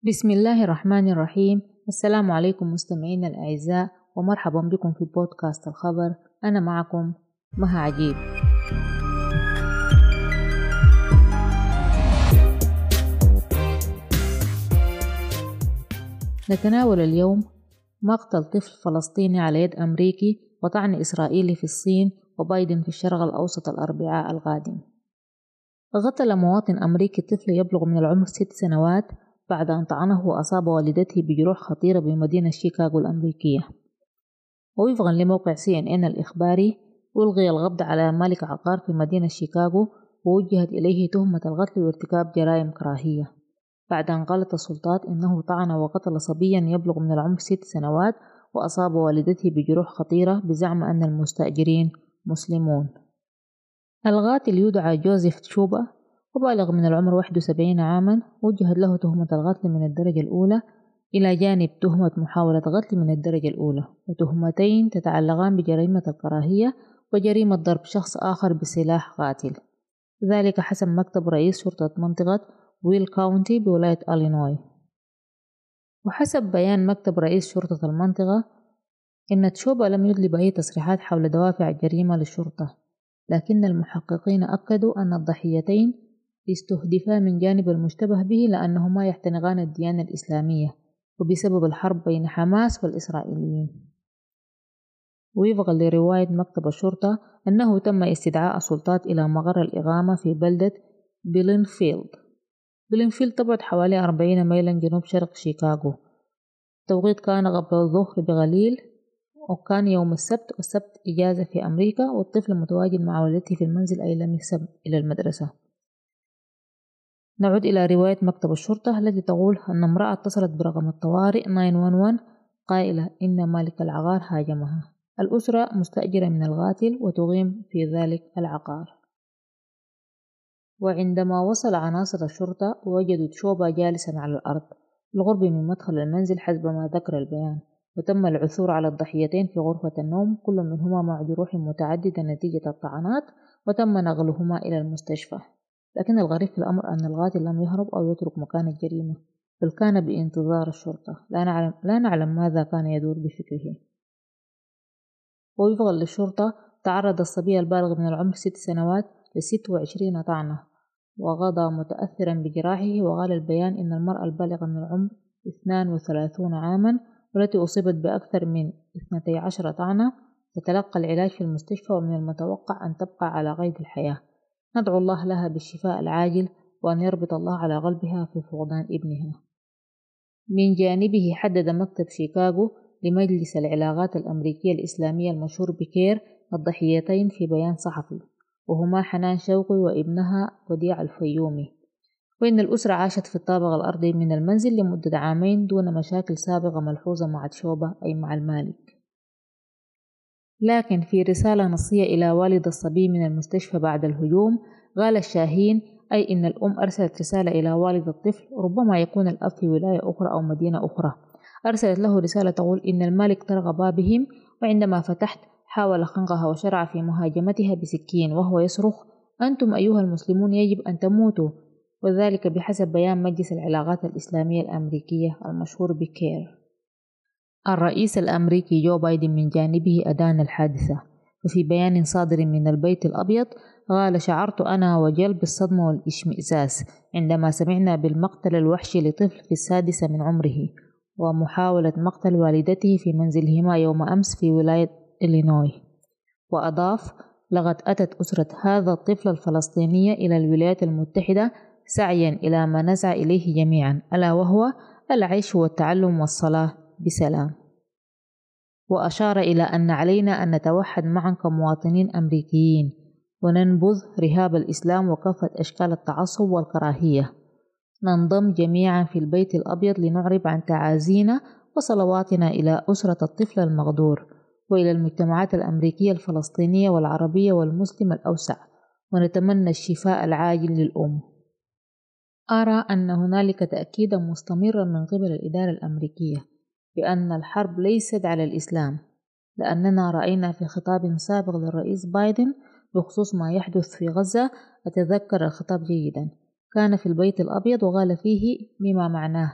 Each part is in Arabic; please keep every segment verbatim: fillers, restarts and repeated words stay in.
بسم الله الرحمن الرحيم. السلام عليكم مستمعينا الأعزاء، ومرحبا بكم في بودكاست الخبر. أنا معكم مها عجيب. نتناول اليوم مقتل طفل فلسطيني على يد أمريكي وطعن إسرائيلي في الصين وبايدن في الشرق الأوسط الأربعاء القادم. قتل مواطن أمريكي طفل يبلغ من العمر ست سنوات بعد أن طعنه وأصاب والدته بجروح خطيرة بمدينة شيكاغو الأمريكية. ووفقا لموقع سي إن إن الإخباري، ألغي القبض على مالك عقار في مدينة شيكاغو ووجهت إليه تهمة القتل وارتكاب جرائم كراهية بعد أن قالت السلطات إنه طعن وقتل صبيا يبلغ من العمر ست سنوات وأصاب والدته بجروح خطيرة بزعم أن المستأجرين مسلمون. القاتل يدعى جوزيف تشوبا وبالغ من العمر واحد وسبعين عاما، وجهت له تهمة القتل من الدرجة الأولى إلى جانب تهمة محاولة قتل من الدرجة الأولى، وتهمتين تتعلقان بجريمة الكراهية وجريمة ضرب شخص آخر بسلاح قاتل، ذلك حسب مكتب رئيس شرطة منطقة ويل كاونتي بولاية إلينوي. وحسب بيان مكتب رئيس شرطة المنطقة إن تشوبا لم يدلي بأي تصريحات حول دوافع الجريمة للشرطة، لكن المحققين أكدوا أن الضحيتين استهدفا من جانب المشتبه به لأنهما يحتنقان الديانة الإسلامية وبسبب الحرب بين حماس والإسرائيليين. وفقا لرواية مكتب الشرطة أنه تم استدعاء السلطات إلى مقر الإقامة في بلدة بلينفيلد. بلينفيلد تبعد حوالي أربعين ميلا جنوب شرق شيكاغو. التوقيت كان قبل الظهر بقليل، وكان يوم السبت، والسبت إجازة في أمريكا، والطفل متواجد مع والدته في المنزل أي لم يذهب إلى المدرسة. نعود إلى رواية مكتب الشرطة التي تقول أن امرأة اتصلت برقم الطوارئ تسعة واحد واحد قائلة إن مالك العقار هاجمها. الأسرة مستأجرة من القاتل وتقيم في ذلك العقار. وعندما وصل عناصر الشرطة وجدوا تشوبا جالسا على الأرض بالقرب من مدخل المنزل حسب ما ذكر البيان، وتم العثور على الضحيتين في غرفة النوم، كل منهما مع جروح متعددة نتيجة الطعنات، وتم نقلهما إلى المستشفى. لكن الغريب في الأمر أن القاتل لم يهرب أو يترك مكان الجريمة، بل كان بانتظار الشرطة. لا نعلم, لا نعلم ماذا كان يدور بفكره. ووفقا للشرطة تعرض الصبي البالغ من العمر ست سنوات لست وعشرين طعنة وغضى متأثرا بجراحه. وقال البيان إن المرأة البالغة من العمر اثنين وثلاثين عاما والتي أصيبت بأكثر من اثنتي عشرة طعنة تتلقى العلاج في المستشفى، ومن المتوقع أن تبقى على قيد الحياة. ندعو الله لها بالشفاء العاجل وأن يربط الله على قلبها في فقدان ابنها. من جانبه حدد مكتب شيكاغو لمجلس العلاقات الأمريكية الإسلامية المشهور بكير الضحيتين في بيان صحفي، وهما حنان شوقي وابنها وديع الفيومي، وإن الأسرة عاشت في الطابق الأرضي من المنزل لمدة عامين دون مشاكل سابقة ملحوظة مع تشوبا أي مع المالك. لكن في رسالة نصية إلى والد الصبي من المستشفى بعد الهجوم، قال الشاهين أي إن الأم أرسلت رسالة إلى والد الطفل، ربما يكون الأب في ولاية أخرى أو مدينة أخرى، أرسلت له رسالة تقول إن المالك طرق بابهم، وعندما فتحت حاول خنقها وشرع في مهاجمتها بسكين وهو يصرخ: أنتم أيها المسلمون يجب أن تموتوا، وذلك بحسب بيان مجلس العلاقات الإسلامية الأمريكية المشهور بكير. الرئيس الأمريكي جو بايدن من جانبه أدان الحادثة، وفي بيان صادر من البيت الأبيض قال: شعرت أنا وجل بالصدمة والإشمئزاز عندما سمعنا بالمقتل الوحشي لطفل في السادسة من عمره ومحاولة مقتل والدته في منزلهما يوم أمس في ولاية إلينوي. وأضاف: لقد أتت أسرة هذا الطفل الفلسطينية إلى الولايات المتحدة سعيا إلى ما نسعى إليه جميعا، ألا وهو العيش والتعلم والصلاة بسلام. وأشار إلى أن علينا أن نتوحد معا كمواطنين أمريكيين وننبذ رهاب الإسلام وكافة أشكال التعصب والكراهية. ننضم جميعا في البيت الأبيض لنعرب عن تعازينا وصلواتنا إلى أسرة الطفل المغدور وإلى المجتمعات الأمريكية الفلسطينية والعربية والمسلمة الأوسع، ونتمنى الشفاء العاجل للأم. أرى أن هنالك تأكيدا مستمرا من قبل الإدارة الأمريكية بأن الحرب ليست على الإسلام، لأننا رأينا في خطاب سابق للرئيس بايدن بخصوص ما يحدث في غزة، أتذكر الخطاب جيدا، كان في البيت الأبيض وقال فيه بما معناه: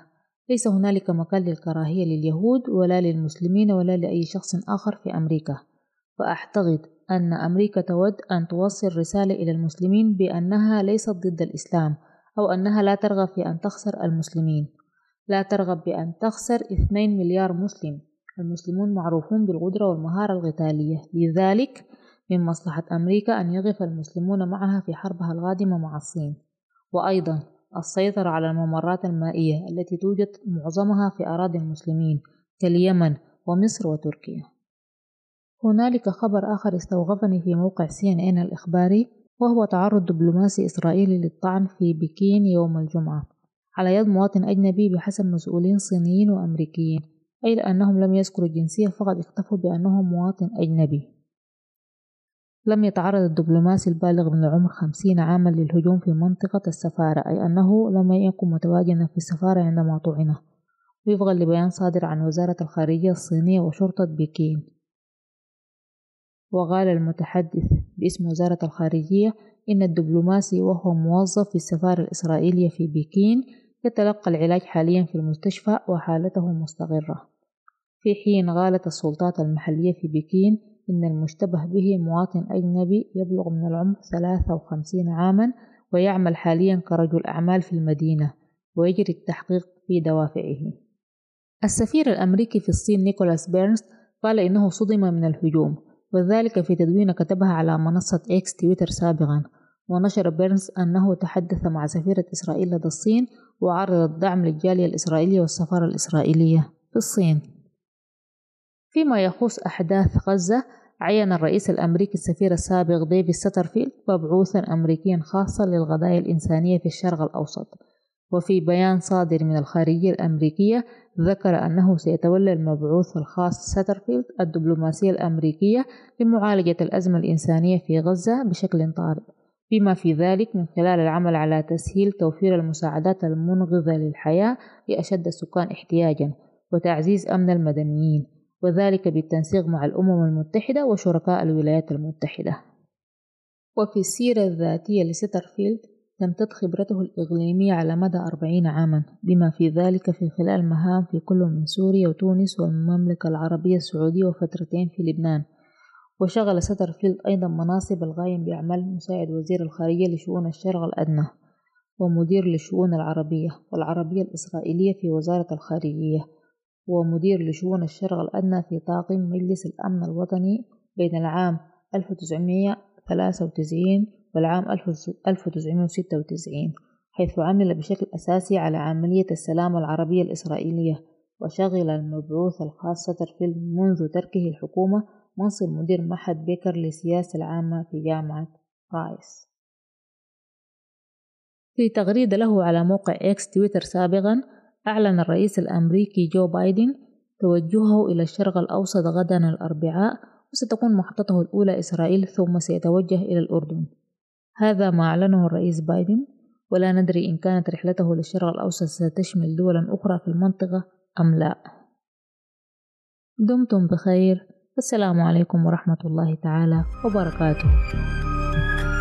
ليس هنالك مكان للكراهية لليهود ولا للمسلمين ولا لأي شخص آخر في أمريكا. فأعتقد أن أمريكا تود أن توصل رسالة إلى المسلمين بأنها ليست ضد الإسلام، أو أنها لا ترغب في أن تخسر المسلمين. لا ترغب بأن تخسر اثنين مليار مسلم. المسلمون معروفون بالقدرة والمهارة القتالية، لذلك من مصلحة أمريكا أن يقف المسلمون معها في حربها القادمة مع الصين. وأيضا السيطرة على الممرات المائية التي توجد معظمها في أراضي المسلمين كاليمن ومصر وتركيا. هنالك خبر آخر استوقفني في موقع سي إن إن الإخباري، وهو تعرض دبلوماسي إسرائيلي للطعن في بكين يوم الجمعة على يد مواطن أجنبي بحسب مسؤولين صينيين وأمريكيين، أي لأنهم لم يذكروا الجنسية فقط اكتفوا بأنه مواطن أجنبي. لم يتعرض الدبلوماسي البالغ من العمر خمسين عاما للهجوم في منطقة السفارة، أي أنه لم يكن متواجدا في السفارة عندما طعن، وفقا لبيان صادر عن وزارة الخارجية الصينية وشرطة بكين. وقال المتحدث باسم وزارة الخارجية إن الدبلوماسي وهو موظف في السفارة الإسرائيلية في بكين يتلقى العلاج حاليا في المستشفى وحالته مستقرة، في حين قالت السلطات المحلية في بكين إن المشتبه به مواطن أجنبي يبلغ من العمر ثلاثة وخمسين عاما ويعمل حاليا كرجل أعمال في المدينة، ويجري التحقيق في دوافعه. السفير الأمريكي في الصين نيكولاس بيرنز قال إنه صدم من الهجوم، وذلك في تدوينة كتبها على منصة إكس تويتر سابقا. ونشر بيرنز أنه تحدث مع سفيرة إسرائيل لدى الصين وعرض الدعم للجالية الإسرائيلية والسفارة الإسرائيلية في الصين. فيما يخص أحداث غزة، عين الرئيس الأمريكي السفير السابق ديفيد ساترفيلد مبعوثا أمريكيا خاصا للقضايا الإنسانية في الشرق الأوسط. وفي بيان صادر من الخارجية الأمريكية ذكر أنه سيتولى المبعوث الخاص ساترفيلد الدبلوماسية الأمريكية لمعالجة الأزمة الإنسانية في غزة بشكل طارئ، بما في ذلك من خلال العمل على تسهيل توفير المساعدات المنقذة للحياة لأشد السكان احتياجا، وتعزيز أمن المدنيين، وذلك بالتنسيق مع الأمم المتحدة وشركاء الولايات المتحدة. وفي السيرة الذاتية لسترفيلد تمتد خبرته الإقليمية على مدى أربعين عاما، بما في ذلك في خلال مهام في كل من سوريا وتونس والمملكة العربية السعودية وفترتين في لبنان. وشغل سترفيلد أيضا مناصب القائم بأعمال مساعد وزير الخارجية لشؤون الشرق الأدنى، ومدير للشؤون العربية والعربية الإسرائيلية في وزارة الخارجية، ومدير لشؤون الشرق الأدنى في طاقم مجلس الأمن الوطني بين العام ألف وتسعمائة وثلاثة وتسعين والعام ألف وتسعمائة وستة وتسعين، حيث عمل بشكل أساسي على عملية السلام العربية الإسرائيلية. وشغل المبعوث الخاص سترفيلد منذ تركه الحكومة منصب مدير معهد بيكر للسياسة العامة في جامعة رايس. في تغريدة له على موقع إكس تويتر سابقا، أعلن الرئيس الأمريكي جو بايدن توجهه إلى الشرق الأوسط غدا الأربعاء، وستكون محطته الأولى إسرائيل ثم سيتوجه إلى الأردن. هذا ما أعلنه الرئيس بايدن، ولا ندري إن كانت رحلته للشرق الأوسط ستشمل دولا أخرى في المنطقة أم لا. دمتم بخير، والسلام عليكم ورحمة الله تعالى وبركاته.